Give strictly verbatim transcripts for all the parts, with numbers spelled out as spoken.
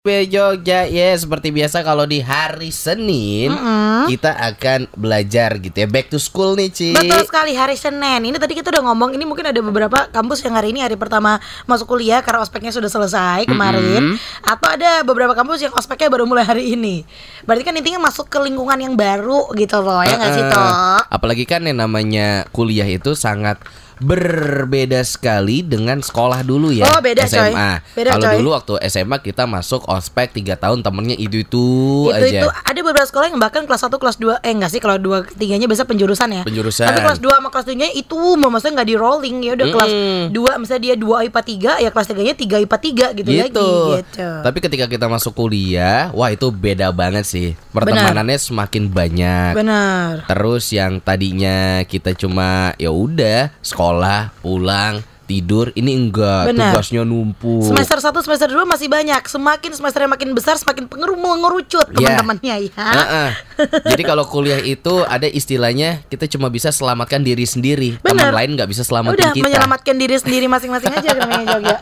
Jogja ya, seperti biasa kalau di hari Senin Mm-mm. kita akan belajar gitu ya, back to school nih Ci. Betul sekali, hari Senin. Ini tadi kita udah ngomong, ini mungkin ada beberapa kampus yang hari ini hari pertama masuk kuliah karena ospeknya sudah selesai kemarin. Mm-mm. Atau ada beberapa kampus yang ospeknya baru mulai hari ini. Berarti kan intinya masuk ke lingkungan yang baru gitu loh, ya nggak sih Uh-uh. Toh? Apalagi kan yang namanya kuliah itu sangat berbeda sekali dengan sekolah dulu ya. Oh, beda, S M A. coy. Beda, Kalau coy. dulu waktu S M A kita masuk ospek tiga tahun, temennya itu-itu Itu aja. itu ada beberapa sekolah yang bahkan kelas satu, kelas dua, eh enggak sih, kalau dua tiganya biasa penjurusan ya. Penjurusan. Tapi kelas dua sama kelas tiga itu maksudnya enggak di rolling, ya udah kelas Mm-mm. dua misalnya dia dua I P A tiga, ya kelas tiganya tiga I P A tiga gitu, lagi gitu. Tapi ketika kita masuk kuliah, wah itu beda banget sih. Pertemanannya semakin banyak. Benar. Terus yang tadinya kita cuma ya udah sekolah, pulang, tidur, ini enggak, Benar. tugasnya numpuk. Semester satu, semester dua masih banyak. Semakin semesternya makin besar, semakin pengeru mengerucut Ya. teman-temannya ya. Heeh. Jadi kalau kuliah itu ada istilahnya kita cuma bisa selamatkan diri sendiri. Benar. Teman lain nggak bisa selamatin Udah kita. menyelamatkan diri sendiri masing-masing aja namanya Jogja.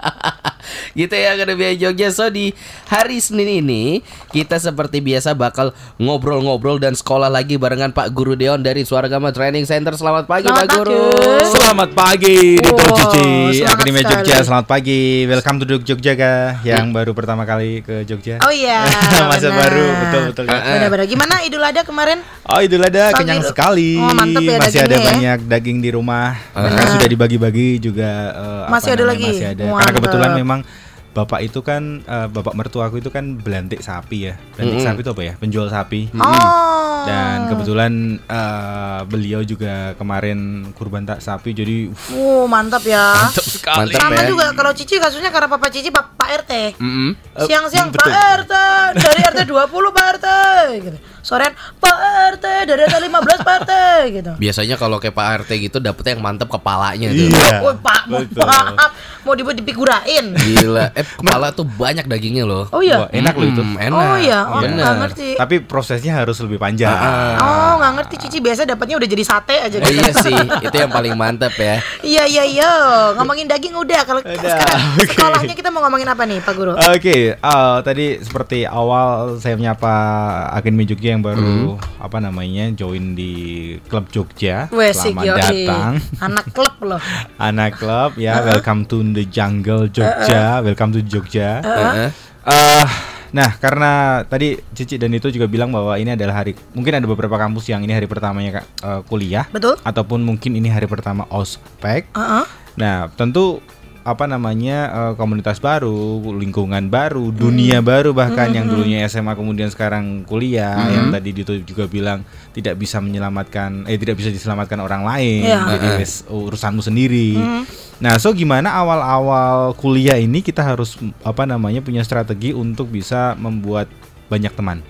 Gitu ya Akademi Jogja. So di hari Senin ini kita seperti biasa bakal ngobrol-ngobrol dan sekolah lagi barengan Pak Guru Deon dari Suaragama Training Center. Selamat pagi Selamat Pak pagi. Guru. Selamat pagi Dito Wow, Cici semangat Akademi sekali. Jogja. Selamat pagi. Welcome to Jogja ga yang baru pertama kali ke Jogja. Oh iya. Masa benar. baru betul betul. ya. Benar-benar. Gimana Idul Adha kemarin? Oh Idul Adha Sambil- kenyang sekali. Oh, mantep ya masih ada dagingnya ya. banyak daging di rumah. Bahkan sudah dibagi-bagi juga. eh, apa Masih ada namanya, lagi? Masih ada. Karena Mantep. kebetulan memang bapak itu kan eh, bapak mertuaku itu kan belantik sapi ya. Belantik Mm-mm. sapi itu apa ya? Penjual sapi. Oh. Dan kebetulan eh, beliau juga kemarin kurban tak sapi jadi uh, Oh, mantap ya. Mantap Sama ya. juga kalau Cici kasusnya karena Papa Cici Pak, Pak R T. Mm-mm. Siang-siang Eh, Pak betul. R T dari R T dua puluh Pak R T gitu. Sorean Pak R T dari R T lima belas Pak R T gitu. Biasanya kalau kayak Pak R T gitu dapetnya yang mantep kepalanya tuh. Iya. Oh, Pak, betul. maaf. Mau dibuat dipigurain. Gila, eh kepala tuh banyak dagingnya loh. Oh iya. Wah, enak loh itu. Mm, enak. Oh iya, oh, Bener. nggak ngerti. Tapi prosesnya harus lebih panjang. Oh, nggak ngerti Cici, biasa dapatnya udah jadi sate aja Oh gitu. iya sih, itu yang paling mantep ya. Iya iya iya, ngomongin daging udah. Kalau Udah, sekarang oke. sekolahnya kita mau ngomongin apa nih Pak Guru? Oke, eh, tadi seperti awal saya menyapa Akademi Jogja yang baru apa namanya join di klub Jogja. Wesik Selamat yoi. datang, Anak klub loh. anak klub ya. Welcome to the jungle Jogja. Welcome to Jogja. Heeh. Eh, nah, karena tadi Cici dan itu juga bilang bahwa ini adalah hari, mungkin ada beberapa kampus yang ini hari pertamanya Kak, eh, kuliah, Betul? ataupun mungkin ini hari pertama ospek. Heeh. Nah, tentu apa namanya eh, komunitas baru, lingkungan baru, dunia baru bahkan yang dulunya S M A kemudian sekarang kuliah, yang tadi Dito juga bilang tidak bisa menyelamatkan, eh tidak bisa diselamatkan orang lain, Iya. jadi wes urusanmu sendiri. Nah, so gimana awal-awal kuliah ini kita harus apa namanya punya strategi untuk bisa membuat banyak teman.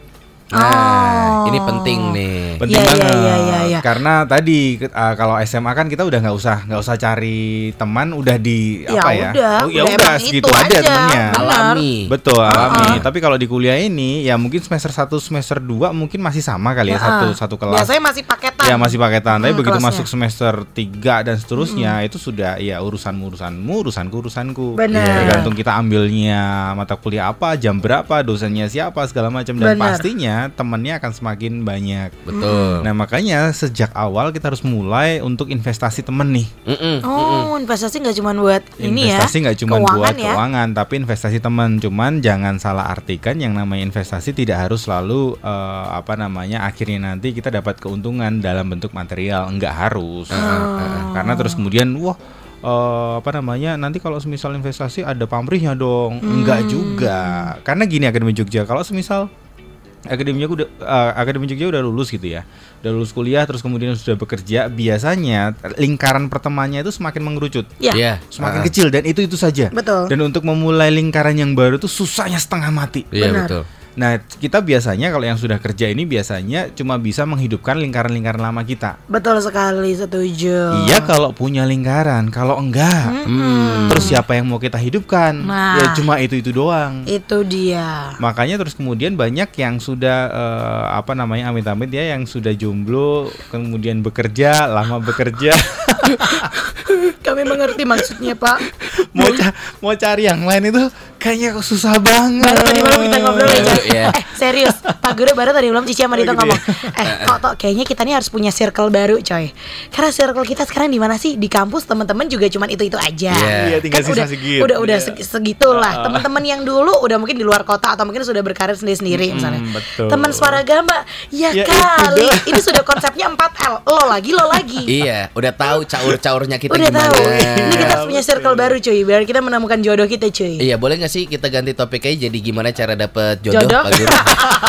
Nah, Oh. ini penting nih. Penting Iya, iya, banget. iya, iya, iya. Karena tadi uh, kalau S M A kan kita udah nggak usah nggak usah cari teman, udah di Ya apa ya? udah, oh ya udah udah emang segitu itu aja aja. temennya. Benar. Alami. Betul, alami. Uh-uh. Tapi kalau di kuliah ini ya mungkin semester satu, semester dua mungkin masih sama kali ya, Ya, satu ah. satu kelas. Biasanya masih paketan. Ya masih paketan, tapi Hmm, begitu kelasnya. masuk semester tiga dan seterusnya itu sudah ya urusanmu urusanmu, urusanku urusanku. Benar. Tergantung kita ambilnya mata kuliah apa, jam berapa, dosennya siapa, segala macam, dan Benar. pastinya temannya akan semakin banyak. Betul. Nah makanya sejak awal kita harus mulai untuk investasi temen nih. Mm-mm. Oh, investasi nggak cuma buat ini ya. Investasi nggak cuma keuangan buat ya. keuangan, tapi investasi teman. Cuman jangan salah artikan yang namanya investasi tidak harus selalu eh, apa namanya akhirnya nanti kita dapat keuntungan dalam bentuk material. Enggak harus. Karena terus kemudian wah eh, apa namanya nanti kalau semisal investasi ada pamrihnya dong. Enggak juga. Karena gini Akademi Jogja, kalau semisal Akademi Jogja udah eh, Akademi Jogja udah lulus gitu ya, udah lulus kuliah terus kemudian sudah bekerja, biasanya lingkaran pertemanannya itu semakin mengerucut, Ya. Iya. semakin Ah. kecil, dan itu itu saja. Betul. Dan untuk memulai lingkaran yang baru itu susahnya setengah mati. Iya Benar. betul. Nah, kita biasanya kalau yang sudah kerja ini biasanya cuma bisa menghidupkan lingkaran-lingkaran lama kita. Betul sekali, setuju. Iya kalau punya lingkaran, kalau enggak, Mm-mm. terus siapa yang mau kita hidupkan? Nah. Ya cuma itu-itu doang. Itu dia. Makanya terus kemudian banyak yang sudah eh, apa namanya amit-amit ya, yang sudah jomblo kemudian bekerja, lama bekerja, Kami mengerti maksudnya, Pak. mau ca- mau cari yang lain itu kayaknya kok susah banget. Baru tadi malam kita ngobrol ya, Coy. Iya. Eh, serius. Pak Guru baru tadi malam Cici sama Dito ngomong. Eh, kok Tok kayaknya kita nih harus punya circle baru, coy. Karena circle kita sekarang di mana sih? Di kampus teman-teman juga cuman itu-itu aja. Iya, tinggal Kan sisa udah, segit. udah udah Iya. seg- segitulah. Teman-teman yang dulu udah mungkin di luar kota atau mungkin sudah berkarir sendiri-sendiri misalnya. betul. Teman Swaragama, ya, Ya, kali. itu Ini sudah konsepnya empat L. Lo lagi, lo lagi. Iya, udah tahu caur-caurnya kita Udah gimana. tahu. Ini kita harus punya circle baru, cuy. Biar kita menemukan jodoh kita, cuy. Iya, boleh gak sih kita ganti topiknya jadi gimana cara dapet jodoh, Jodoh? Pak Guru?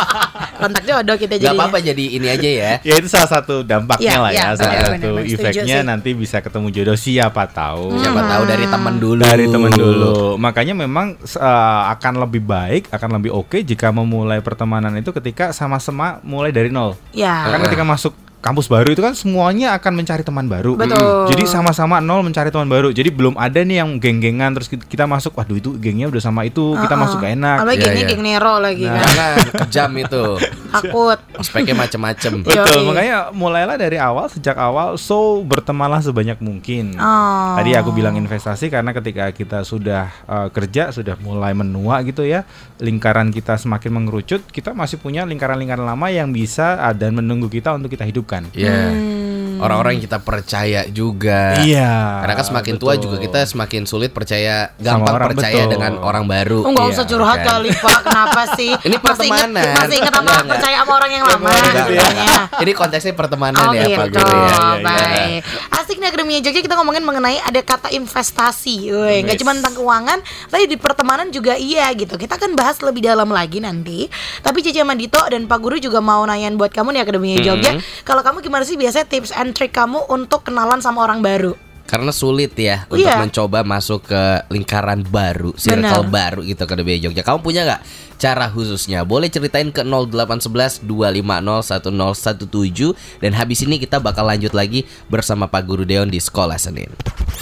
Kontak jodoh kita Gak jadinya. apa-apa jadi ini aja ya. Ya itu salah satu dampaknya Ya, lah ya, ya, salah benar, satu benar, setuju efeknya sih. nanti bisa ketemu jodoh siapa tahu. Siapa tahu dari teman dulu. Dari teman dulu. Makanya memang uh, akan lebih baik, akan lebih oke jika memulai pertemanan itu ketika sama-sama mulai dari nol. Ya. Kan ketika masuk kampus baru itu kan semuanya akan mencari teman baru. Betul. Jadi sama-sama nol mencari teman baru. Jadi belum ada nih yang geng-gengan terus kita masuk, waduh itu gengnya udah sama itu, kita Uh-uh. masuk gak enak. Apalagi Iya, gengnya iya. geng Nero lagi Nah. kan. Jangan kejam itu. Takut. Speknya macem-macem. Betul, Yoi. makanya mulailah dari awal, sejak awal, so bertemanlah sebanyak mungkin. Oh. Tadi aku bilang investasi karena ketika kita sudah uh, kerja, sudah mulai menua gitu ya, lingkaran kita semakin mengerucut, kita masih punya lingkaran-lingkaran lama yang bisa uh, dan menunggu kita untuk kita hidupkan. Iya. Orang-orang yang kita percaya juga. Iya. Karena kan semakin tua betul. juga kita semakin sulit percaya, gampang orang, percaya betul. dengan orang baru. Oh, nggak Iya, usah curhat kan? kali Pak. Kenapa sih? Ini masih ingat, pertemanan. masih ingat apa Enggak, enggak. percaya sama orang yang lama Enggak, gitu enggak. ya. Ini konteksnya pertemanan Oh ya gitu, Pak Guru ya. iya, iya. baik. Asik nih Akademia Jogja kita ngomongin mengenai ada kata investasi. Woi, nggak Yes. cuma tentang keuangan, tapi di pertemanan juga iya gitu. Kita akan bahas lebih dalam lagi nanti. Tapi Cici sama Dito dan Pak Guru juga mau nanyain buat kamu nih Akademia Jogja. Kalau kamu gimana sih biasanya tips and trick kamu untuk kenalan sama orang baru? Karena sulit ya untuk Iya. mencoba masuk ke lingkaran baru, circle Benar. baru gitu ke D B Jogja. Kamu punya nggak cara khususnya? Boleh ceritain ke nol delapan satu satu dua lima nol satu nol satu tujuh. Dan habis ini kita bakal lanjut lagi bersama Pak Guru Deon di Sekolah Senin.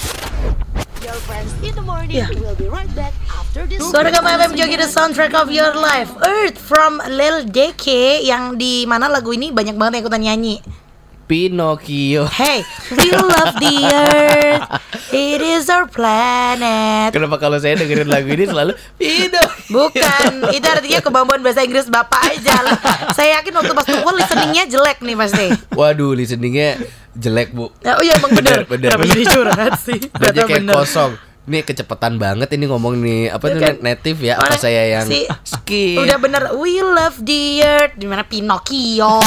Your friends in the morning Yeah. will be right back after this. Suara Gama F M Jogja, the soundtrack of your life. Earth from Lil Deke, yang di mana lagu ini banyak banget yang ikutan nyanyi. Pinocchio. Hey, we love the earth, it is our planet. Kenapa kalau saya dengerin lagu ini selalu Pinocchio? Bukan, itu artinya kemampuan bahasa Inggris Bapak aja. Saya yakin waktu pas tunggu listeningnya jelek nih pasti. Waduh, listeningnya jelek Bu. Ya, oh iya emang bener. Bener, bener. Kenapa jadi curhat sih? Berarti Ternyata kayak bener. kosong. Ini kecepatan banget ini ngomong nih. Apa itu Bukan. native ya? Apa Orang- saya yang si- skip? Udah bener, we love the earth. Dimana Pinocchio.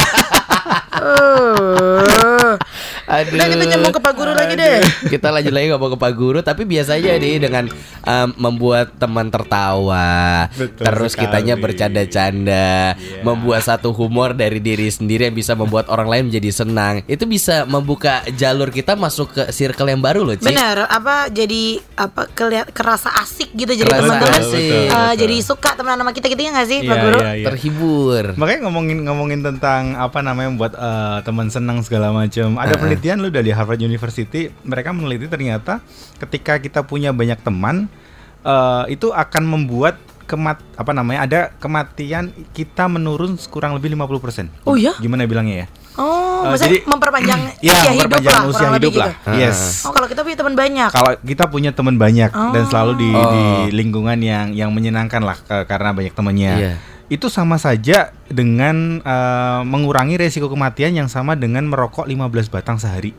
uh. Aduh. Udah kita nyambung ke Pak Guru lagi deh. Kita lanjut lagi ngomong ke Pak Guru. Tapi biasanya nih dengan um, membuat teman tertawa, Betul terus sekali. kitanya bercanda-canda, Iya. membuat satu humor dari diri sendiri yang bisa membuat orang lain menjadi senang. Itu bisa membuka jalur kita masuk ke circle yang baru loh, Ci. Bener, apa jadi apa kelihat kerasa asik gitu jadi Kerasa teman-teman asik. eh, Betul. jadi suka teman sama kita gitu ya nggak sih Pak Iya, Guru? iya, iya. Terhibur. Makanya ngomongin ngomongin tentang apa namanya membuat eh, teman senang segala macam. Ada penelitian lu dari Harvard University, mereka meneliti ternyata ketika kita punya banyak teman eh, itu akan membuat kemat apa namanya ada kematian kita menurun kurang lebih lima puluh persen. Oh iya? Gimana bilangnya ya? Oh, Eh, maksudnya jadi memperpanjang Ya, usia hidup memperpanjang lah, usia kurang hidup lebih lah. gitu. Yes. Oh, kalau kita punya teman banyak. Kalau kita punya teman banyak dan selalu di, Oh. di lingkungan yang yang menyenangkan lah ke- karena banyak temannya. Iya. Itu sama saja dengan eh, mengurangi resiko kematian yang sama dengan merokok lima belas batang sehari.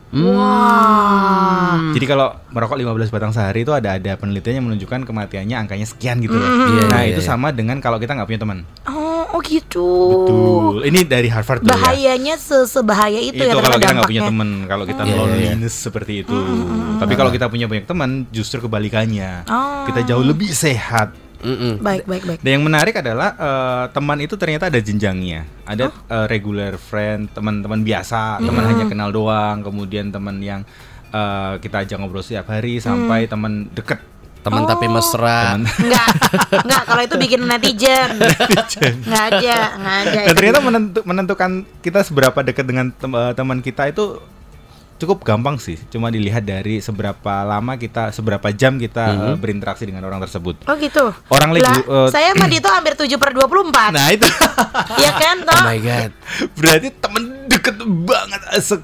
Wah. Jadi kalau merokok lima belas batang sehari itu ada ada penelitian yang menunjukkan kematiannya angkanya sekian gitu loh. Iya, Nah, iya, itu iya. sama dengan kalau kita nggak punya teman. Oh, oh gitu. Betul. Ini dari Harvard tuh ya. Bahayanya se sebahaya itu, Itu ya kalau ternyata kita nggak punya dampaknya. teman, kalau kita Iya, iya, loneliness seperti itu. Tapi kalau kita punya banyak teman, justru kebalikannya. Oh. Kita jauh lebih sehat. Mm-mm. Baik, baik, baik. Dan yang menarik adalah eh, teman itu ternyata ada jenjangnya. Ada eh, regular friend, teman-teman biasa, teman hanya kenal doang, kemudian teman yang eh, kita ajak ngobrol setiap hari sampai teman deket. Teman tapi mesra. Teman. Enggak, enggak, kalau itu bikin netizen. Enggak ada, enggak ada. Dan ternyata menentu- menentukan kita seberapa dekat dengan tem- eh, teman kita itu cukup gampang sih. Cuma dilihat dari seberapa lama kita, seberapa jam kita eh, berinteraksi dengan orang tersebut. Oh gitu. Orang Lah, legu- eh, saya sama Dito hampir tujuh per dua puluh empat. Nah itu Iya kan, Oh toh? my god. berarti temen Deket banget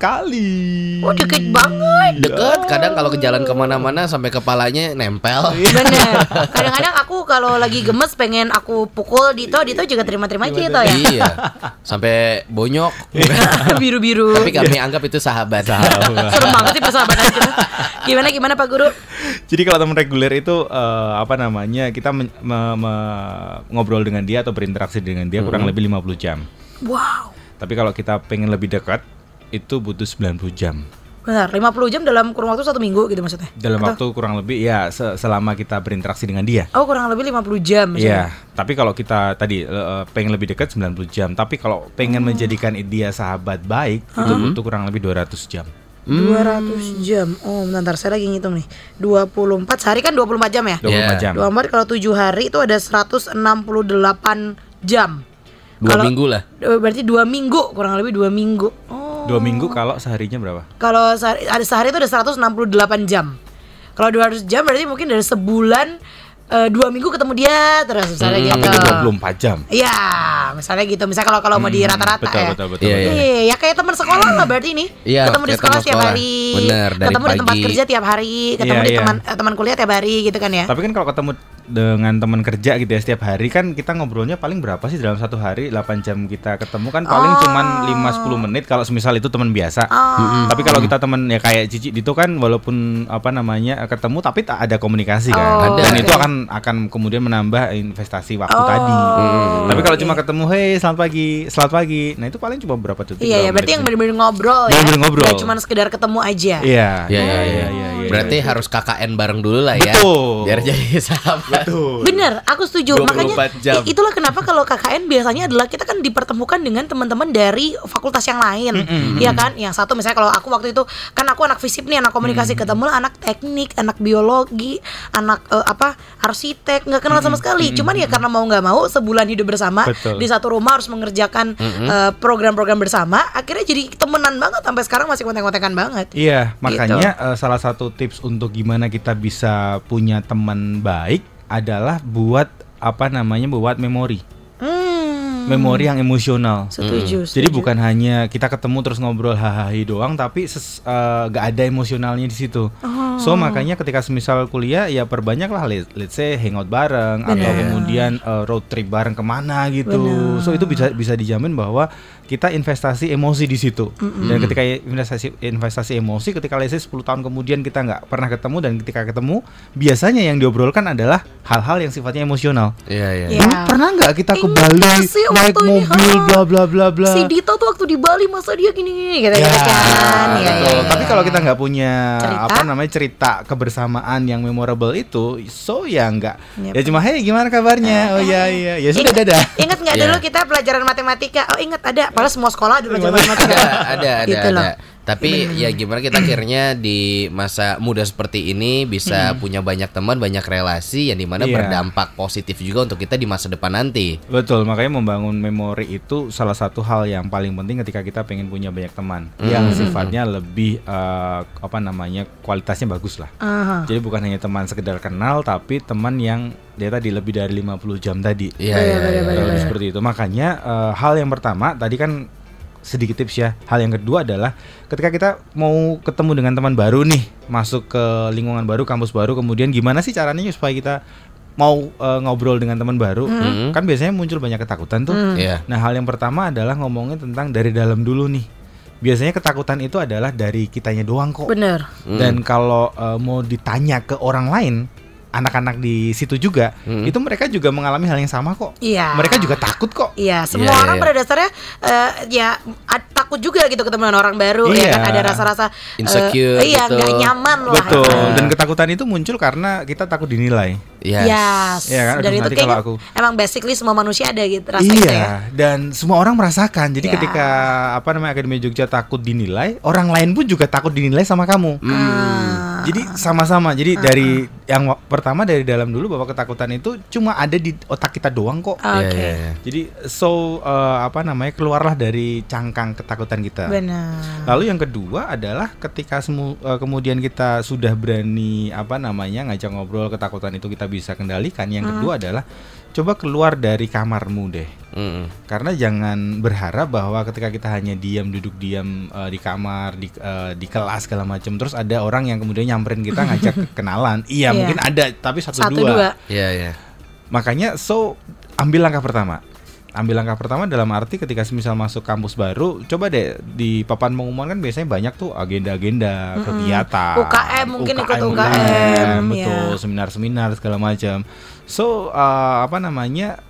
sekali. Oh, deket banget. Deket, kadang kalau ke jalan kemana-mana sampai kepalanya nempel. Bener. Kadang-kadang aku kalau lagi gemes pengen aku pukul Dito, Dito juga terima-terima aja Dito ya. Iya, sampai bonyok. Biru-biru. Tapi kami anggap itu sahabat. Serem banget sih persahabatan kita. Gimana gimana Pak Guru? Jadi kalau teman reguler itu uh, apa namanya kita men- me- me- ngobrol dengan dia atau berinteraksi dengan dia kurang Mm-hmm. lebih lima puluh jam. Wow. Tapi kalau kita pengen lebih dekat itu butuh sembilan puluh jam. Benar, lima puluh jam dalam kurun waktu satu minggu gitu maksudnya? Dalam Atau- waktu kurang lebih ya se- selama kita berinteraksi dengan dia. Oh, kurang lebih lima puluh jam Iya, maksudnya. tapi kalau kita tadi uh, pengen lebih dekat sembilan puluh jam, tapi kalau pengen Oh. menjadikan dia sahabat baik itu butuh kurang lebih dua ratus jam. dua ratus jam. Oh, bentar, saya lagi ngitung nih. dua puluh empat sehari kan dua puluh empat jam ya? dua puluh empat Iya. jam. dua puluh empat kalau tujuh hari itu ada seratus enam puluh delapan jam. Dua Kalau- minggu lah. Eh, Berarti dua minggu, kurang lebih dua minggu. Oh. Dua minggu kalau seharinya berapa? Kalau sehari, ada sehari itu ada seratus enam puluh delapan jam. Kalau dua ratus jam berarti mungkin dari sebulan eh, dua minggu ketemu dia terus misalnya gitu. Sampai ke dua puluh empat jam. Iya, misalnya gitu. Misalnya kalau kalau mau di rata-rata betul, ya. betul, betul, Iya, betul. iya. Iya, ya kayak teman sekolah lah berarti ini. Iya, ketemu di kayak sekolah teman tiap sekolah. hari. Bener, dari ketemu di tempat pagi. kerja tiap hari, ketemu Iya, di iya. teman eh, teman kuliah tiap hari gitu kan ya. Tapi kan kalau ketemu dengan teman kerja gitu ya setiap hari kan kita ngobrolnya paling berapa sih dalam satu hari delapan jam kita ketemu kan paling Oh. cuman lima sepuluh menit kalau semisal itu teman biasa. Oh. Tapi kalau kita teman ya kayak Cici itu kan walaupun apa namanya ketemu tapi tak ada komunikasi kan. Oh, Dan oke. itu akan akan kemudian menambah investasi waktu Oh. tadi. Tapi kalau Oke. cuma ketemu hey selamat pagi, selamat pagi. Nah itu paling cuma berapa detik? Iya, ya berapa berarti yang menit? benar-benar ngobrol ya. Bener-bener ngobrol. Nggak cuma sekedar ketemu aja. Iya. Iya, iya, iya. iya. Berarti harus K K N bareng dulu lah ya. Betul. Biar jadi sahabat. Betul. Bener, aku setuju. dua puluh empat Makanya jam. i- itulah kenapa kalau K K N biasanya adalah kita kan dipertemukan dengan teman-teman dari fakultas yang lain, ya kan? Yang satu misalnya kalau aku waktu itu kan aku anak fisip nih, anak komunikasi, ketemu lah anak teknik, anak biologi, anak eh, apa arsitek, nggak kenal sama sekali. Cuman ya karena mau nggak mau sebulan hidup bersama Betul. di satu rumah harus mengerjakan eh, program-program bersama, akhirnya jadi temenan banget sampai sekarang masih kontek-kontekan banget. Iya, makanya Gitu. eh, salah satu tips untuk gimana kita bisa punya teman baik adalah buat apa namanya buat memori, Hmm. memori yang emosional. Setuju. Jadi setuju. bukan hanya kita ketemu terus ngobrol hahaha doang, tapi ses, eh, gak ada emosionalnya di situ. So makanya ketika semisal kuliah ya perbanyaklah let, let's say hangout bareng atau Benar. kemudian eh, road trip bareng kemana gitu. Benar. So itu bisa bisa dijamin bahwa kita investasi emosi di situ. Dan ketika investasi investasi emosi, ketika let's say sepuluh tahun kemudian kita nggak pernah ketemu dan ketika ketemu biasanya yang diobrolkan adalah hal-hal yang sifatnya emosional. Iya, iya. Iya. Dulu pernah nggak kita ke Ingat Bali nggak sih naik waktu ini, mobil ha? bla bla bla bla. Si Dito tuh waktu di Bali masa dia gini-gini gitu, Ya, gitu kan. Iya, betul. iya, Tapi iya. kalau kita nggak punya Cerita. apa namanya cerita kebersamaan yang memorable itu, so ya nggak. Yep. Ya cuma hey gimana kabarnya? Oh ya iya, ya sudah Ingat- dadah. Ingat nggak Iya. dulu kita pelajaran matematika? Oh ingat ada. Padahal semua sekolah ada pelajaran matematika. ada ada ada Gitu loh. ada tapi ya gimana kita akhirnya di masa muda seperti ini bisa punya banyak teman, banyak relasi yang dimana Iya. berdampak positif juga untuk kita di masa depan nanti. Betul, makanya membangun memori itu salah satu hal yang paling penting ketika kita pengen punya banyak teman Hmm. yang sifatnya lebih eh, apa namanya kualitasnya bagus lah. Aha. Jadi bukan hanya teman sekedar kenal, tapi teman yang dia tadi lebih dari lima puluh jam tadi. Iya iya iya. Kurang lebih seperti itu. Makanya eh, hal yang pertama tadi kan sedikit tips ya. Hal yang kedua adalah ketika kita mau ketemu dengan teman baru nih, masuk ke lingkungan baru, kampus baru, kemudian gimana sih caranya supaya kita mau eh, ngobrol dengan teman baru? Hmm. Kan biasanya muncul banyak ketakutan tuh. Iya. Nah, hal yang pertama adalah ngomongin tentang dari dalam dulu nih. Biasanya ketakutan itu adalah dari kitanya doang kok. Bener. Dan kalau eh, mau ditanya ke orang lain, anak-anak di situ juga, Hmm. itu mereka juga mengalami hal yang sama kok. Iya. Mereka juga takut kok. Iya, semua Iya, orang iya, pada dasarnya eh, ya ad- takut juga gitu ketemu dengan orang baru, ya Iya. kan ada rasa-rasa eh, Insecure iya gitu. nggak nyaman lah. Betul. Nah. Dan ketakutan itu muncul karena kita takut dinilai. Yes. Yes. Iya kan? Dan Aduh, itu nanti kayaknya kalau aku- emang basically semua manusia ada gitu rasa itu ya. Iya, dan semua orang merasakan. Jadi Iya. ketika apa namanya Akademi Jogja takut dinilai, orang lain pun juga takut dinilai sama kamu. Ah. Jadi sama-sama. Jadi dari yang wa- pertama dari dalam dulu bahwa ketakutan itu cuma ada di otak kita doang kok. Oke. Iya, iya, iya. Jadi so eh, apa namanya keluarlah dari cangkang ketakutan kita. Benar. Lalu yang kedua adalah ketika semu, eh, kemudian kita sudah berani apa namanya ngajak ngobrol ketakutan itu kita bisa kendalikan. Yang kedua adalah coba keluar dari kamarmu deh. Mm-mm. Karena jangan berharap bahwa ketika kita hanya diam duduk diam uh, di kamar di uh, di kelas segala macam terus ada orang yang kemudian nyamperin kita ngajak kenalan. Iya, Iya. mungkin ada tapi satu, Satu dua. dua. Iya, iya. Makanya so ambil langkah pertama. Ambil langkah pertama dalam arti ketika misal masuk kampus baru, coba deh di papan pengumuman kan biasanya banyak tuh agenda-agenda, Mm-mm. kegiatan, U K M mungkin ikut U K M, betul, ya. seminar-seminar segala macam. So uh, apa namanya?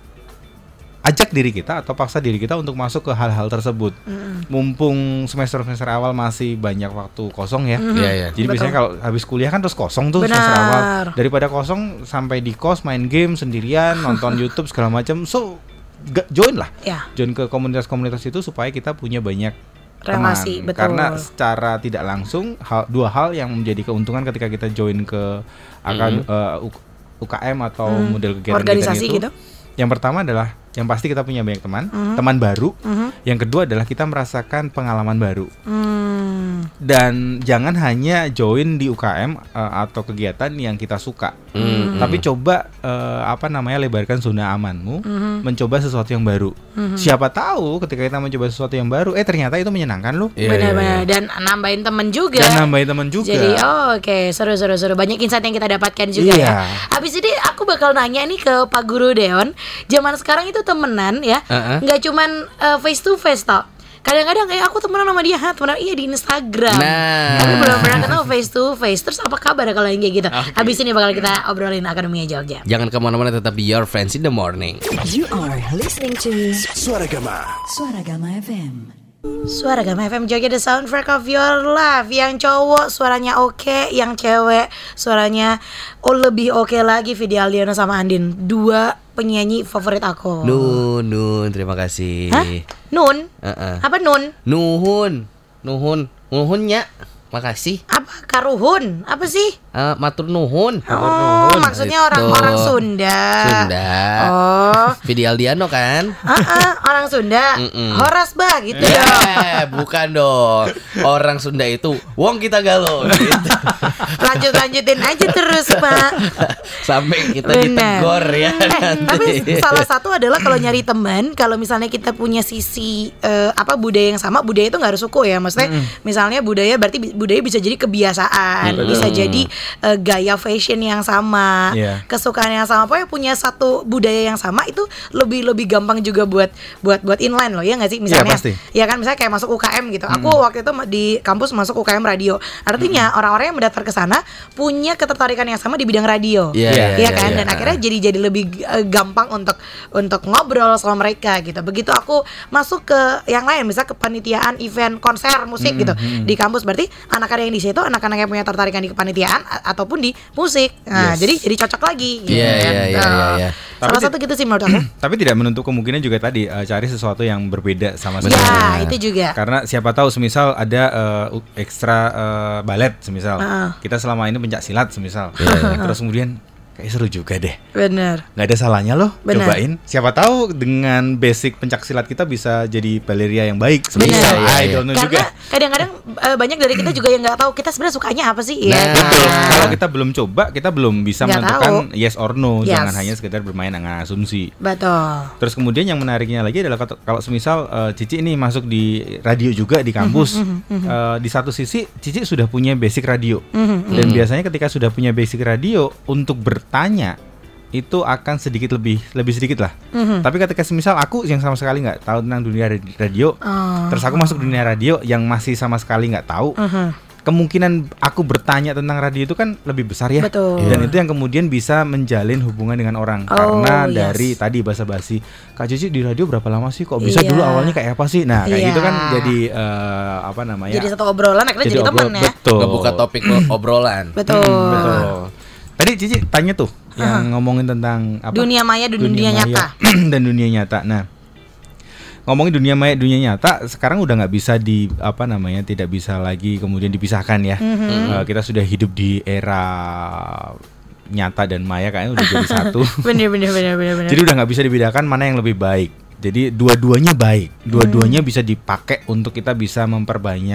Ajak diri kita atau paksa diri kita untuk masuk ke hal-hal tersebut. Mm. Mumpung semester-semester awal masih banyak waktu kosong ya. Mhm. Iya, iya. Jadi Betul. biasanya kalau habis kuliah kan terus kosong tuh Benar. semester awal. Daripada kosong sampai di kos main game sendirian, nonton YouTube segala macam. So ga- join lah. Ya. Join ke komunitas-komunitas itu supaya kita punya banyak Relasi, teman. betul. Karena secara tidak langsung hal, dua hal yang menjadi keuntungan ketika kita join ke akan uh, U K M atau Hmm. model kegiatan Organisasi itu. gitu. Yang pertama adalah yang pasti kita punya banyak teman, Mhm. teman baru. Mhm. Yang kedua adalah kita merasakan pengalaman baru. Hmm. Dan jangan hanya join di U K M uh, atau kegiatan yang kita suka, Mm-mm. tapi coba uh, apa namanya lebarkan zona amanmu, Mhm. mencoba sesuatu yang baru. Mhm. Siapa tahu ketika kita mencoba sesuatu yang baru, eh ternyata itu menyenangkan loh. Iya, Benar-benar. iya, iya. Dan nambahin temen juga. Dan nambahin teman juga. Jadi oh, oke seru seru seru banyak insight yang kita dapatkan juga Iya. ya. Habis ini aku bakal nanya nih ke Pak Guru Deon. Zaman sekarang itu temenan ya, Uh-uh. nggak cuman uh, face to face tau. Kadang-kadang kayak aku temenan sama dia, ha, temenan iya di Instagram. Nah. Tapi belum pernah ketemu face to face. Terus apa kabar kalau yang kayak gitu? Habis ini bakal kita obrolin Akademia Jogja. Jangan kemana-mana, tetap di Your Friends in the Morning. You are listening to Suara Gama. Suara Gama F M. Suara Gama F M Jogja, the soundtrack of your life. Yang cowok suaranya oke, yang cewek suaranya oh lebih oke lagi. Vidi Aldiano sama Andin, dua penyanyi favorit aku. Nun, Nun, terima kasih. Hah? Nun? Uh-uh. Apa Nun? Nuhun, Nuhun, Nuhunnya. Makasih. Apa Karuhun? Apa sih? Uh, matur nuhun. Oh, maksudnya orang-orang Itu. Sunda. Sunda. Oh, Vidi Aldiano kan? ah, ah, orang Sunda. Mm-mm. Horas bah gitu dong. Eh, bukan dong. Orang Sunda itu wong kita galau gitu. Lanjut lanjutin aja terus Pak. Sampai kita Benar. ditegor ya Eh, nanti. tapi salah satu adalah kalau nyari teman, kalau misalnya kita punya sisi eh, apa budaya yang sama, budaya itu nggak harus suku ya, maksudnya misalnya budaya berarti budaya bisa jadi kebiasaan, Mm-mm. bisa jadi eh, gaya fashion yang sama, Iya. kesukaan yang sama, pokoknya punya satu budaya yang sama itu lebih lebih gampang juga buat buat buat inline loh ya nggak sih, misalnya pasti. ya kan misalnya kayak masuk U K M gitu, aku waktu itu di kampus masuk U K M radio, artinya orang-orang yang mendaftar ke sana punya ketertarikan yang sama di bidang radio. Iya, Iya, Iya iya, kan, iya. dan akhirnya jadi jadi lebih eh, gampang untuk untuk ngobrol sama mereka gitu. Begitu aku masuk ke yang lain, misalnya kepanitiaan event konser musik gitu di kampus, berarti anak-anak yang di situ anak-anak yang punya ketertarikan di kepanitiaan a- ataupun di musik. Nah, Yes. jadi jadi cocok lagi. Gitu. Iya, iya, iya, iya, iya. Salah Tapi satu gitu sih menurut aku. Tapi tidak menutup kemungkinan juga tadi uh, cari sesuatu yang berbeda sama Ya, sebelumnya. itu juga. Karena siapa tahu semisal ada uh, u- ekstra uh, balet semisal. Heeh. Kita selama ini pencak silat semisal. Terus kemudian kayak seru juga deh. Bener. Nggak ada salahnya loh Benar. cobain. Siapa tahu dengan basic pencak silat kita bisa jadi baleria yang baik. Benar. Semisal, Iya, iya, I don't know Karena juga. kadang-kadang eh, banyak dari kita juga yang nggak tahu kita sebenarnya sukanya apa sih. Nah, Ya, Betul. kan? Kalau kita belum coba, kita belum bisa Nggak menentukan tahu. yes or no. Yes. Jangan hanya sekedar bermain dengan asumsi. Betul. Terus kemudian yang menariknya lagi adalah kalau- kalau semisal uh, Cici ini masuk di radio juga di kampus, uh, di satu sisi Cici sudah punya basic radio, dan biasanya ketika sudah punya basic radio untuk bertanya itu akan sedikit lebih lebih sedikit lah. Tapi ketika semisal aku yang sama sekali nggak tahu tentang dunia radi- radio, Oh. terus aku masuk dunia radio yang masih sama sekali nggak tahu. Kemungkinan aku bertanya tentang radio itu kan lebih besar ya. Betul. Dan itu yang kemudian bisa menjalin hubungan dengan orang. Oh, Karena yes. dari tadi basa-basi, Kak Cici di radio berapa lama sih? Kok bisa Iya. dulu awalnya kayak apa sih? Nah, kayak Iya. gitu kan jadi eh, apa namanya? Jadi satu obrolan akhirnya jadi, Jadi teman obrol- ya. Betul. Ngebuka topik obrolan. Betul. Hmm, betul. Tadi Cici tanya tuh yang ngomongin tentang apa? Dunia maya dan dunia maya nyata. dan dunia nyata. Nah, ngomongin dunia maya dunia nyata sekarang udah nggak bisa di apa namanya tidak bisa lagi kemudian dipisahkan ya. Eh, kita sudah hidup di era nyata dan maya kayaknya udah jadi satu. Bener bener bener bener bener. Jadi udah nggak bisa dibedakan mana yang lebih baik. Jadi dua-duanya baik, dua-duanya bisa dipakai untuk kita bisa memperbanyak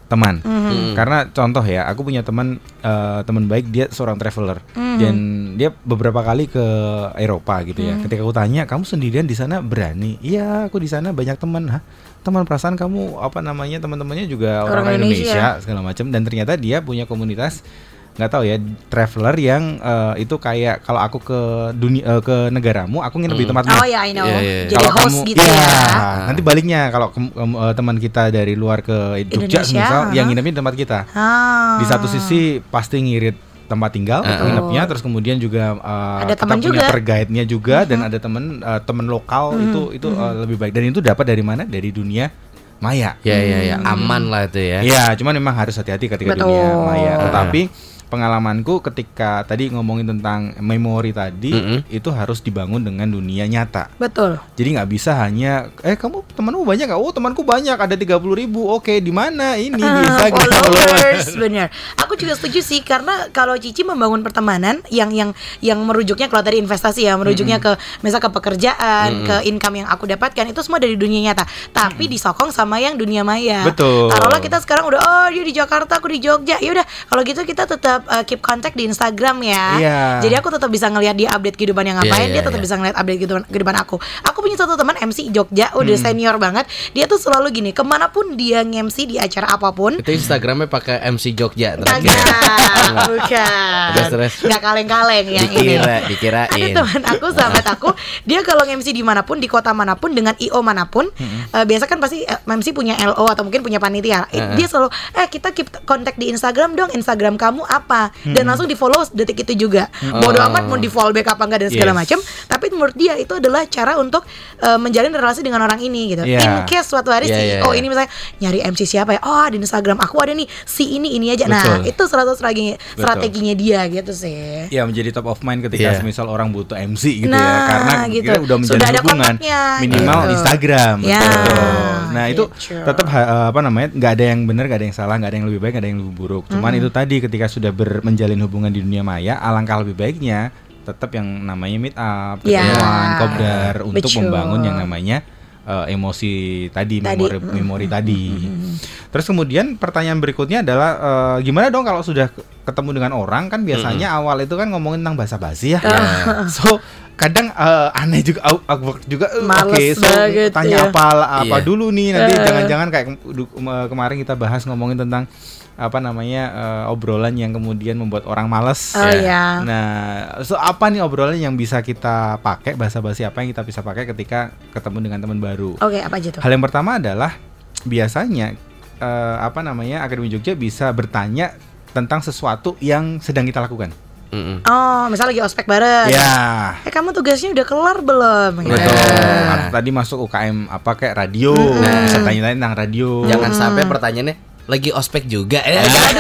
teman. Mhm. Karena contoh ya, aku punya teman eh, teman baik, dia seorang traveler dan dia beberapa kali ke Eropa gitu ya. Ketika aku tanya, kamu sendirian di sana berani? Iya, aku di sana banyak teman. Hah? Teman, perasaan kamu apa namanya, teman-temannya juga Orang orang, Indonesia. Indonesia segala macam, dan ternyata dia punya komunitas, nggak tahu ya, traveler yang eh, itu kayak kalau aku ke dunia eh, ke negaramu, aku nginep di tempatmu. Oh ya, I know. Iya, iya, iya. Jadi Kalau host kamu- gitu iya, ya. nanti baliknya kalau kem- kem- eh, teman kita dari luar ke Jogja Indonesia, misal, aha. yang nginepnya di tempat kita. Ah. Di satu sisi pasti ngirit tempat tinggal, Uh-uh. nginepnya, terus kemudian juga uh, Ada tetap teman punya juga. tour guide-nya juga, dan ada teman uh, teman lokal, itu itu uh, lebih baik, dan itu dapat dari mana? Dari dunia maya. Ya ya ya, aman lah itu ya. Iya, cuman memang harus hati-hati ketika Betul. dunia maya. Tetapi pengalamanku ketika tadi ngomongin tentang memori tadi, Mm-mm. itu harus dibangun dengan dunia nyata. Betul. Jadi nggak bisa hanya, eh kamu temanmu banyak nggak? Oh temanku banyak, ada tiga puluh ribu. Oke, di mana ini bisa Ah, gitu. followers, bener. Aku juga setuju sih, karena kalau Cici membangun pertemanan yang yang yang merujuknya, kalau tadi investasi ya, merujuknya ke misal ke pekerjaan, ke income yang aku dapatkan, itu semua dari dunia nyata. Tapi disokong sama yang dunia maya. Betul. Taruhlah kita sekarang udah, oh dia di Jakarta, aku di Jogja. Ya udah, kalau gitu kita tetap uh, keep contact di Instagram ya. Iya. Jadi aku tetap bisa ngelihat dia update kehidupan yang ngapain, Iya, dia iya, tetap iya. bisa ngeliat update kehidupan, kehidupan aku. Aku punya satu teman M C Jogja, udah senior banget. Dia tuh selalu gini, kemanapun dia nge-M C di acara apapun. Itu Instagramnya pakai M C Jogja terakhir. Kagak, bukan. Terus, terus. Nggak kaleng-kaleng yang ini. Dikira, Ada dikirain. teman aku, sahabat aku, dia kalau nge-M C dimanapun, di kota manapun, dengan I O manapun, eh, biasa kan pasti eh, M C punya L O atau mungkin punya panitia. Eh, Dia selalu, eh kita keep kontak di Instagram dong, Instagram kamu apa? Dan langsung di follow detik itu juga. Bodoh Oh. amat mau di follow back apa enggak dan segala Yes. macam. Tapi menurut dia itu adalah cara untuk eh, menjalin relasi dengan orang ini gitu. Iya. In case suatu hari Iya, si iya, oh iya. ini misalnya nyari M C siapa ya? Oh di Instagram aku ada nih si ini ini aja. Nah Betul. itu salah satu strategi strateginya dia gitu sih. Ya, menjadi top of mind ketika Iya. semisal orang butuh M C gitu ya, Nah, karena gitu. kita udah menjalin Sudah ada hubungan kontaknya, minimal gitu. Instagram. Ya, Betul. Nah itu gitu. tetap ha- apa namanya, nggak ada yang benar, nggak ada yang salah, nggak ada yang lebih baik, nggak ada yang lebih buruk. Cuman itu tadi, ketika sudah ber- menjalin hubungan di dunia maya, alangkah lebih baiknya tetap yang namanya meet up, Ya. ketemuan, kopdar, untuk Betul. membangun yang namanya eh, emosi tadi, Tadi. memori memori tadi. Terus kemudian pertanyaan berikutnya adalah eh, gimana dong kalau sudah ke- ketemu dengan orang, kan biasanya awal itu kan ngomongin tentang basa-basi ya. So kadang eh, aneh juga, au- awkward juga. eh, Males Oke, so banget tanya ya. apa apa Iya. dulu nih, nanti Eh. jangan-jangan kayak kem- du- kema- kemarin kita bahas ngomongin tentang apa namanya eh, obrolan yang kemudian membuat orang males. Oh ya. Nah, so apa nih obrolan yang bisa kita pakai, basa-basi apa yang kita bisa pakai ketika ketemu dengan teman baru? Oke, apa aja tuh? Hal yang pertama adalah biasanya eh, apa namanya, Akademi Jogja bisa bertanya tentang sesuatu yang sedang kita lakukan. Mm-mm. Oh, misal lagi ospek bareng. Ya, Eh kamu tugasnya udah kelar belum? Gitu. betul. Nah. Atau tadi masuk U K M apa kayak radio, nah, bisa tanya-tanya tentang radio. Jangan sampai pertanyaannya lagi ospek juga. Eh,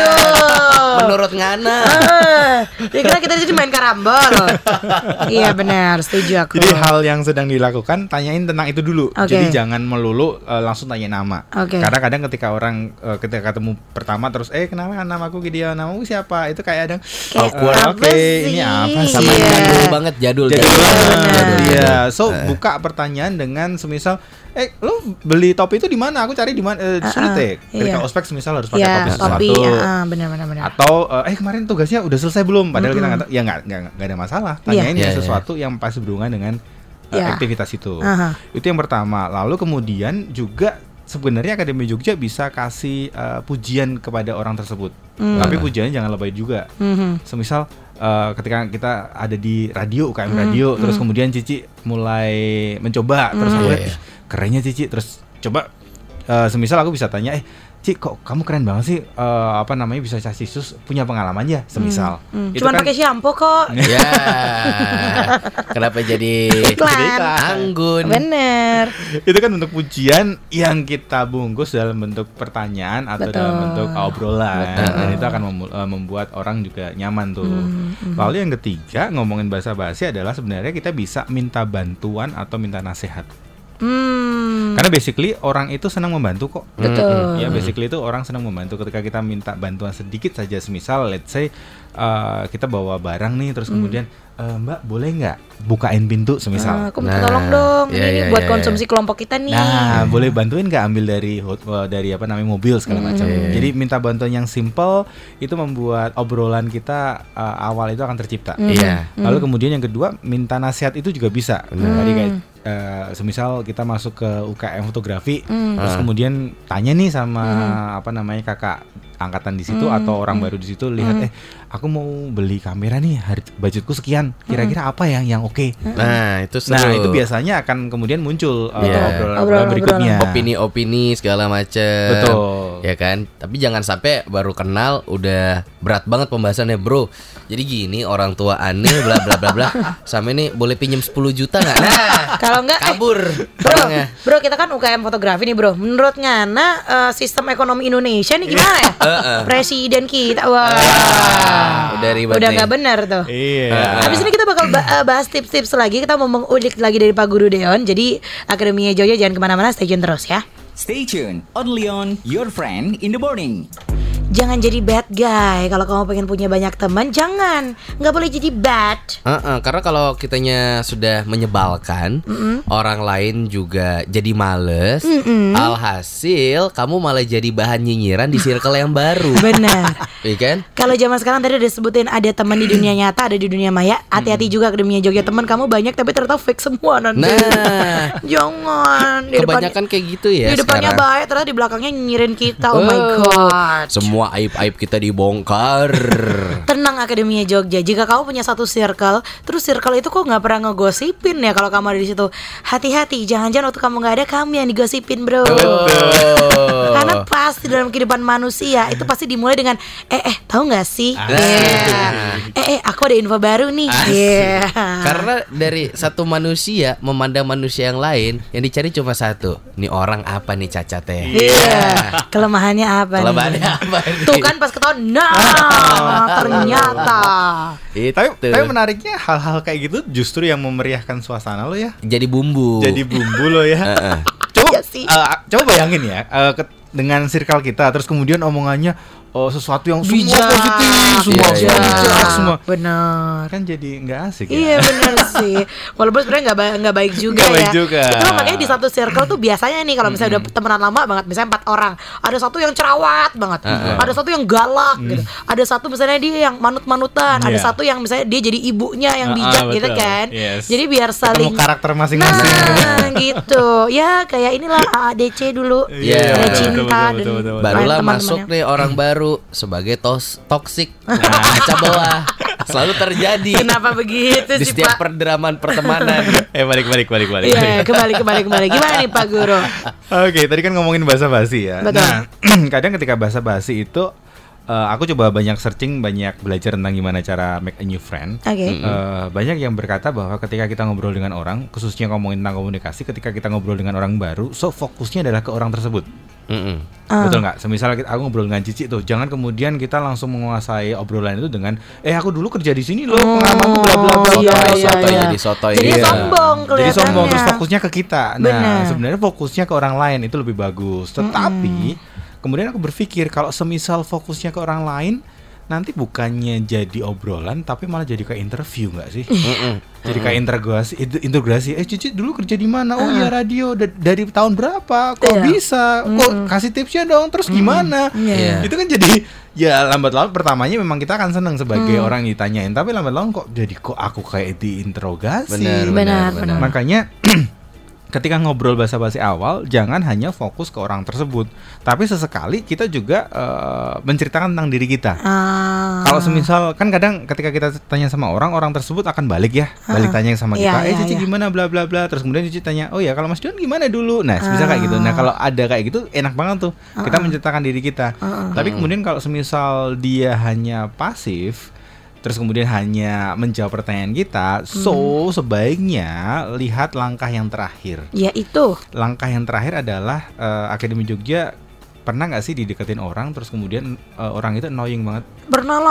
Aduh. menurut Ngana. Ah, dikira kita jadi main karambol. Iya benar, setuju aku. Jadi hal yang sedang dilakukan, tanyain tentang itu dulu. Oke. Jadi jangan melulu eh, langsung tanya nama. Oke. Karena kadang ketika orang eh, ketika ketemu pertama terus eh kenapa namaku Gideon, namamu siapa? Itu kayak ada Kayak awkward. apa Oke, sih? ini apa sih? Sama Iya. jadul banget, jadul. Jadi jadul. benar. iya. So buka pertanyaan dengan semisal, eh lo beli topi itu di mana? Aku cari di mana? Eh, sulit ya. Ketika iya. ospek semisal harus pakai Ya, topi sesuatu. topi, ah, benar-benar benar. Atau eh eh, kemarin tugasnya udah selesai belum? Padahal kita nggak tahu. Ya nggak nggak nggak ada masalah. Tanyain Iya. Iya, sesuatu yang pasti berhubungan dengan eh, Iya. aktivitas itu. Aha. Itu yang pertama. Lalu kemudian juga sebenarnya Akademi Jogja bisa kasih eh, pujian kepada orang tersebut. Tapi pujiannya jangan lebay juga. Mhm. Semisal eh, ketika kita ada di radio, U K M radio, terus kemudian Cici mulai mencoba, terus aku Iya, lihat, iya. "Ih, kerennya Cici." Terus coba eh, semisal aku bisa tanya, eh Ci, kok kamu keren banget sih, eh, apa namanya, bisa chassis sus, punya pengalaman ya, semisal. Hmm, Itu Cuman kan- pakai shampoo kok. Ya. Kenapa jadi Iklan. anggun? Bener. itu kan bentuk pujian yang kita bungkus dalam bentuk pertanyaan atau Betul. dalam bentuk obrolan. Betul. Dan itu akan memu- eh, membuat orang juga nyaman tuh. Hmm, Lalu yang ketiga, ngomongin basa-basi adalah sebenarnya kita bisa minta bantuan atau minta nasihat. Hmm. Karena basically orang itu senang membantu kok. Betul. Ya basically itu orang senang membantu ketika kita minta bantuan sedikit saja. Semisal let's say uh, kita bawa barang nih, terus kemudian uh, Mbak boleh nggak bukain pintu Ah, semisal. aku minta tolong dong, iya, ini iya, buat iya, konsumsi kelompok kita nih. Nah, boleh bantuin nggak ambil dari hot- uh, dari apa namanya mobil segala macam. Jadi minta bantuan yang simple itu membuat obrolan kita uh, awal itu akan tercipta. Iya. Lalu kemudian yang kedua minta nasihat itu juga bisa. Tadi kayak uh, semisal kita masuk ke U K M fotografi, terus kemudian tanya nih sama apa namanya kakak angkatan di situ atau orang baru di situ, lihat eh aku mau beli kamera nih, har- budgetku sekian, kira-kira apa ya yang oke? Nah, itu seru. Nah itu biasanya akan kemudian muncul uh, Iya. obrolan-obrolan Obrolan-obrolan. berikutnya. Opini-opini segala macem. Betul. Ya kan? Tapi jangan sampai baru kenal udah berat banget pembahasannya, bro. Jadi gini, orang tua aneh bla bla bla bla. Sama ini boleh pinjam sepuluh juta enggak? Nah, Kalau enggak, eh, kabur. Bro, orangnya. bro kita kan U K M fotografi nih bro. Menurut Ngana eh, sistem ekonomi Indonesia nih gimana ya? Presiden kita, wah, Udah ribet udah nih. nggak benar tuh. Iya. Habis ini kita bakal ba- eh, bahas tips-tips lagi. Kita mau mengulik lagi dari Pak Guru Deon. Jadi Akademinya Jogja jangan kemana-mana, stay tune terus ya. Stay tuned, only on Your Friend in the Morning. Jangan jadi bad guy. Kalau kamu pengen punya banyak teman, jangan. Nggak boleh jadi bad. Uh-uh, karena kalau kitanya sudah menyebalkan, orang lain juga jadi males. Alhasil kamu malah jadi bahan nyinyiran di circle yang baru. Benar. Iya kan? Kalau zaman sekarang tadi udah sebutin ada teman di dunia nyata, ada di dunia maya. Hati-hati juga Akademinya Jogja, teman kamu banyak tapi ternyata fake semua nanti. Nah, Jangan. Di depan- kebanyakan kayak gitu ya di depannya sekarang. baik, ternyata di belakangnya nyinyirin kita. Oh my Oh, god. semua aib-aib kita dibongkar. Tenang Akademinya Jogja, jika kamu punya satu circle, terus circle itu kok nggak pernah ngegosipin ya kalau kamu ada di situ. Hati-hati, jangan-jangan waktu kamu nggak ada, kami yang digosipin bro. Karena pasti dalam kehidupan manusia itu pasti dimulai dengan eh eh tahu nggak sih? Yeah. Eh eh aku ada info baru nih. Yeah. Karena dari satu manusia memandang manusia yang lain, yang dicari cuma satu. Nih orang apa nih cacatnya? Iya. Kelemahannya apa Kelemahannya nih? apa nih? Tuh kan pas ketahuan, nah ternyata. Itu. Tapi, tapi menariknya hal-hal kayak gitu justru yang memeriahkan suasana lo ya. Jadi bumbu. Jadi bumbu lo ya. Coba Iya sih. uh, coba bayangin ya uh, ke- dengan circle kita terus kemudian omongannya oh, sesuatu yang semua Bijak. positif, semua Iya, iya, semua bijak, Bijak. semua. Benar. Kan jadi nggak asik ya. Iya benar sih. Walaupun sebenarnya nggak ba- nggak baik juga Nggak ya. baik juga. Itu makanya di satu circle tuh biasanya nih kalau misalnya udah temenan lama banget, misalnya empat orang, ada satu yang cerawat banget, ada satu yang galak gitu, ada satu misalnya dia yang manut-manutan, ada Iya. satu yang misalnya dia jadi ibunya yang Ah, bijak ah, gitu betul. kan. Yes. Jadi biar saling Ketemu karakter masing-masing. Nah gitu. Ya kayak inilah A A D C dulu. Iya, Ada betul, cinta betul, dan betul, betul, betul. Barulah teman-temannya. masuk nih orang baru sebagai tos toksik, pecah belah, selalu terjadi Kenapa begitu di sih setiap Pak? perdraman pertemanan. Eh balik balik balik balik. Iya, kembali kembali kembali. Gimana nih Pak Guru? Oke, tadi kan ngomongin bahasa basi ya. Betul. Nah, kadang ketika bahasa basi itu uh, aku coba banyak searching, banyak belajar tentang gimana cara make a new friend. Oke. Uh, banyak yang berkata bahwa ketika kita ngobrol dengan orang, khususnya ngomongin tentang komunikasi, ketika kita ngobrol dengan orang baru, so fokusnya adalah ke orang tersebut. Mm-mm. Ah. Betul nggak? Semisal kita- aku ngobrol dengan Cici tuh, jangan kemudian kita langsung menguasai obrolan itu dengan, eh aku dulu kerja di sini loh, pengalamanku bla bla bla. iya, bla, iya, bla, bla. iya. Jadi sotoy. Jadi Iya. sombong Jadi kelihatannya. sombong terus fokusnya ke kita. Nah, Benar. sebenarnya fokusnya ke orang lain itu lebih bagus. Tetapi kemudian aku berpikir kalau semisal fokusnya ke orang lain, nanti bukannya jadi obrolan tapi malah jadi kayak interview nggak sih? Jadi kayak interogasi, itu- interogasi. Eh Cici dulu kerja di mana? Oh ya radio. Da- dari tahun berapa? Kok Iya. bisa? Kok kasih tipsnya dong? Terus gimana? Iya. Itu kan jadi ya lambat laun pertamanya memang kita akan senang sebagai orang yang ditanyain. Tapi lambat laun kok jadi kok aku kayak diinterogasi. Benar, Benar, benar. Makanya ketika ngobrol basa-basi awal jangan hanya fokus ke orang tersebut, tapi sesekali kita juga eh, menceritakan tentang diri kita. Ah. Kalau semisal kan kadang ketika kita tanya sama orang, orang tersebut akan balik ya, balik tanya sama Iya, kita, eh iya, Cici iya. gimana bla bla bla, terus kemudian Cici tanya, oh ya kalau Mas Dion gimana dulu, nah bisa kayak gitu. Nah kalau ada kayak gitu enak banget tuh, kita menceritakan diri kita. Tapi kemudian kalau semisal dia hanya pasif, terus kemudian hanya menjawab pertanyaan kita, so sebaiknya lihat langkah yang terakhir. Ya itu. Langkah yang terakhir adalah eh, Akademi Jogja pernah nggak sih dideketin orang terus kemudian eh, orang itu annoying banget. Pernah lah.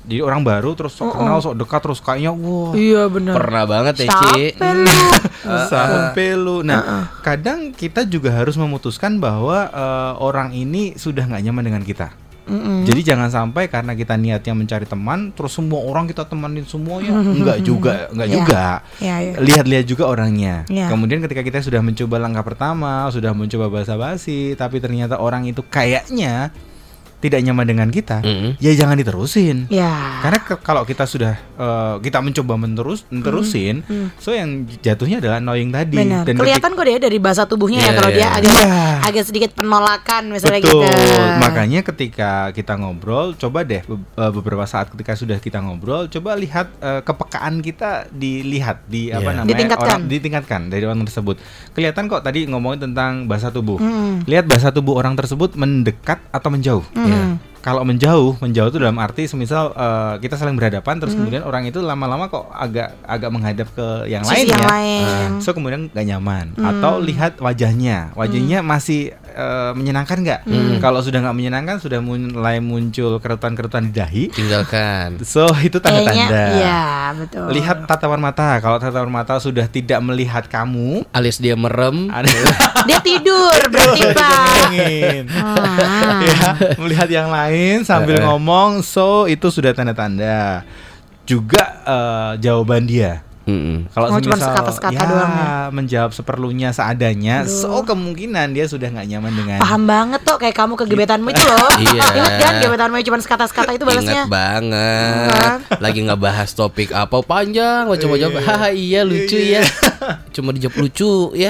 Jadi orang baru terus sok kenal, sok dekat terus kayaknya wah. Iya benar. Pernah banget ya, Ci. Sampai lu. Sampai lu. Nah, kadang kita juga harus memutuskan bahwa uh, orang ini sudah nggak nyaman dengan kita. Mm-mm. Jadi jangan sampai karena kita niatnya mencari teman, terus semua orang kita temanin semuanya, enggak juga, enggak Ya. juga. Ya, ya. Lihat-lihat juga orangnya. Ya. Kemudian ketika kita sudah mencoba langkah pertama, sudah mencoba basa-basi, tapi ternyata orang itu kayaknya tidak nyaman dengan kita, Mm-mm. ya jangan diterusin. Ya. Karena ke- kalau kita sudah uh, kita mencoba menerus menerusin, so yang jatuhnya adalah annoying tadi. Benar. Dan Kelihatan kok dia dari bahasa tubuhnya ya Iya, kalau iya. dia agak Iya. agak sedikit penolakan misalnya betul. gitu. Makanya ketika kita ngobrol, coba deh be- uh, beberapa saat ketika sudah kita ngobrol, coba lihat uh, kepekaan kita dilihat di apa Iya. namanya Ditingkatkan. orang ditingkatkan dari orang tersebut. Kelihatan kok tadi ngomongin tentang bahasa tubuh. Hmm. Lihat bahasa tubuh orang tersebut mendekat atau menjauh. Hmm. Kalau menjauh, menjauh itu dalam arti semisal uh, kita saling berhadapan, terus kemudian orang itu lama-lama kok agak agak menghadap ke yang Sisi lain yang ya. lain. So kemudian gak nyaman. Atau lihat wajahnya, wajahnya masih uh, menyenangkan nggak? Kalau sudah nggak menyenangkan, sudah mulai muncul kerutan-kerutan di dahi. Tinggalkan. So itu Kayaknya tanda-tanda. iya, betul. Lihat tatapan mata. Kalau tatapan mata sudah tidak melihat kamu, Alias dia merem. ada Dia tidur berarti Pak. Bayangin. Ah. Ya, melihat yang lain sambil Eh, eh. ngomong, so itu sudah tanda-tanda. Juga eh, jawaban dia. Mm-mm. Kalau Oh, cuma semisal sekata-sekata ya, doang ya? menjawab seperlunya seadanya, Aduh. so kemungkinan dia sudah nggak nyaman dengan. Paham banget tuh kayak kamu ke gebetanmu itu loh. Iya. Ingat kan gebetanmu cuma sekata-sekata itu balasnya. Ingat banget. Kan? Lagi ngebahas topik apa panjang, coba jawab. Haha, iya lucu ya. Cuma dijawab lucu ya.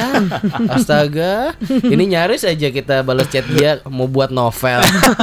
Astaga. Ini nyaris aja kita balas chat dia mau buat novel.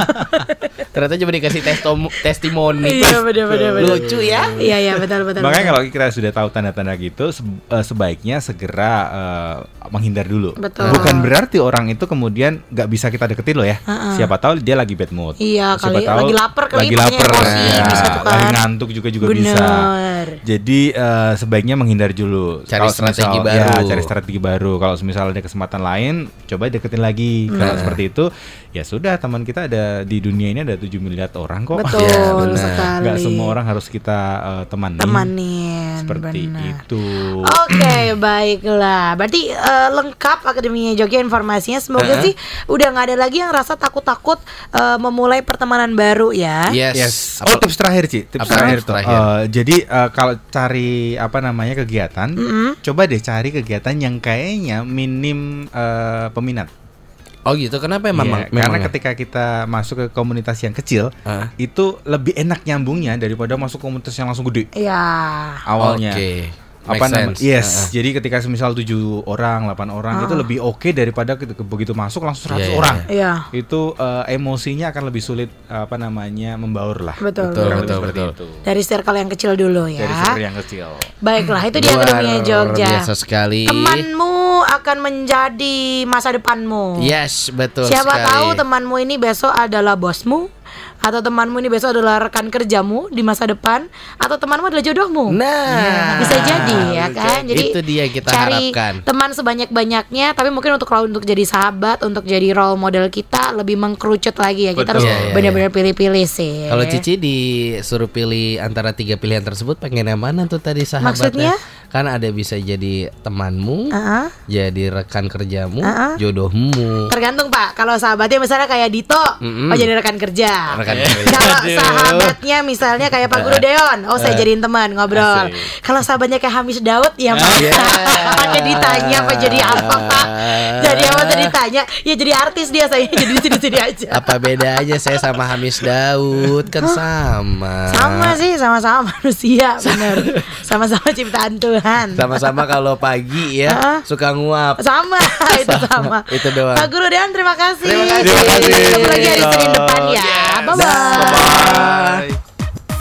Ternyata cuma dikasih testom- testimoni. Iya benar-benar. Lucu ya. Iya iya betul betul. Makanya betul. kalau kita sudah tahu tanda-tanda gitu, se- eh, sebaiknya segera eh, menghindar dulu. Betul. Bukan berarti orang itu kemudian nggak bisa kita deketin loh ya. Siapa tahu dia lagi bad mood. Iya, Siapa kali- tahu lagi lapar kali, lagi makanya lapar, emosi, ya, bisa tuh kan. lagi ngantuk juga juga bisa. Bener. Jadi eh, sebaiknya menghindar dulu. Cari Kalau strategi semisal- baru. Ya, cari strategi baru. Kalau misal ada kesempatan lain, coba deketin lagi. Kalau seperti itu, ya sudah, teman kita ada di dunia ini ada tujuh miliar orang kok. Betul Ya, benar. sekali. Nggak semua orang harus kita eh, temani. temanin. Seperti benar. itu. Oke, baiklah. Berarti eh, lengkap Akademinya Jogja informasinya. Semoga Uh-uh. sih udah nggak ada lagi yang rasa takut-takut eh, memulai pertemanan baru ya. Yes. Yes. Apa- Oh, tips terakhir, Ci. Tips Apa terakhir tips tuh. terakhir? Eh, jadi eh, kalau cari apa namanya kegiatan, coba deh cari kegiatan yang kayaknya minim eh, peminat. Oh gitu. Kenapa emang? Iya, memang karena ya? ketika kita masuk ke komunitas yang kecil, Ah. itu lebih enak nyambungnya daripada masuk komunitas yang langsung gede Iya. awalnya. Oke. Apa Make namanya? sense. Yes. Ah. Jadi ketika semisal tujuh orang, delapan orang itu lebih oke daripada ke- ke- begitu masuk langsung seratus Iya, iya, orang. Iya. Itu eh, emosinya akan lebih sulit apa namanya membaur lah. Betul. Betul, Kurang lebih betul, seperti betul. itu. Dari circle yang kecil dulu ya. Dari circle yang kecil. Baiklah, itu dia Luar Akademinya Jogja. biasa sekali. Temanmu akan menjadi masa depanmu. Yes, betul Siapa sekali. tahu temanmu ini besok adalah bosmu, atau temanmu ini besok adalah rekan kerjamu di masa depan, atau temanmu adalah jodohmu. Nah, Bisa jadi ya kan. Jadi itu dia yang kita cari harapkan. teman sebanyak-banyaknya, tapi mungkin untuk untuk jadi sahabat, untuk jadi role model kita lebih mengkerucut lagi ya. Kita Betul. harus Iya, iya, benar-benar pilih-pilih sih. Kalau Cici disuruh pilih antara tiga pilihan tersebut, pengen yang mana tuh tadi sahabatnya? Maksudnya? Kan ada bisa jadi temanmu, Uh-uh. jadi rekan kerjamu, Uh-uh. jodohmu. Tergantung Pak. Kalau sahabatnya misalnya kayak Dito, Mm-mm. oh jadi rekan kerja. Rekan kerja. Kalau sahabatnya misalnya kayak Pak Guru Deon, oh saya jadiin teman ngobrol. Kalau sahabatnya kayak Hamis Daud, ya Pak. Pakai ditanya apa jadi apa Pak? Jadi apa tadi ditanya? Ya jadi artis dia, saya jadi di sini-sini aja. Apa bedanya saya sama Hamis Daud? Kan sama. Sama sih, sama-sama manusia, benar. Sama-sama ciptaan Tuhan. Sama-sama kalau pagi ya Hah? suka nguap. Sama, itu sama. Itu doang. Pak Guru Deon, terima kasih. Terima kasih. Ketemu lagi hari Senin depan ya. Yes. Bye-bye. Bye-bye.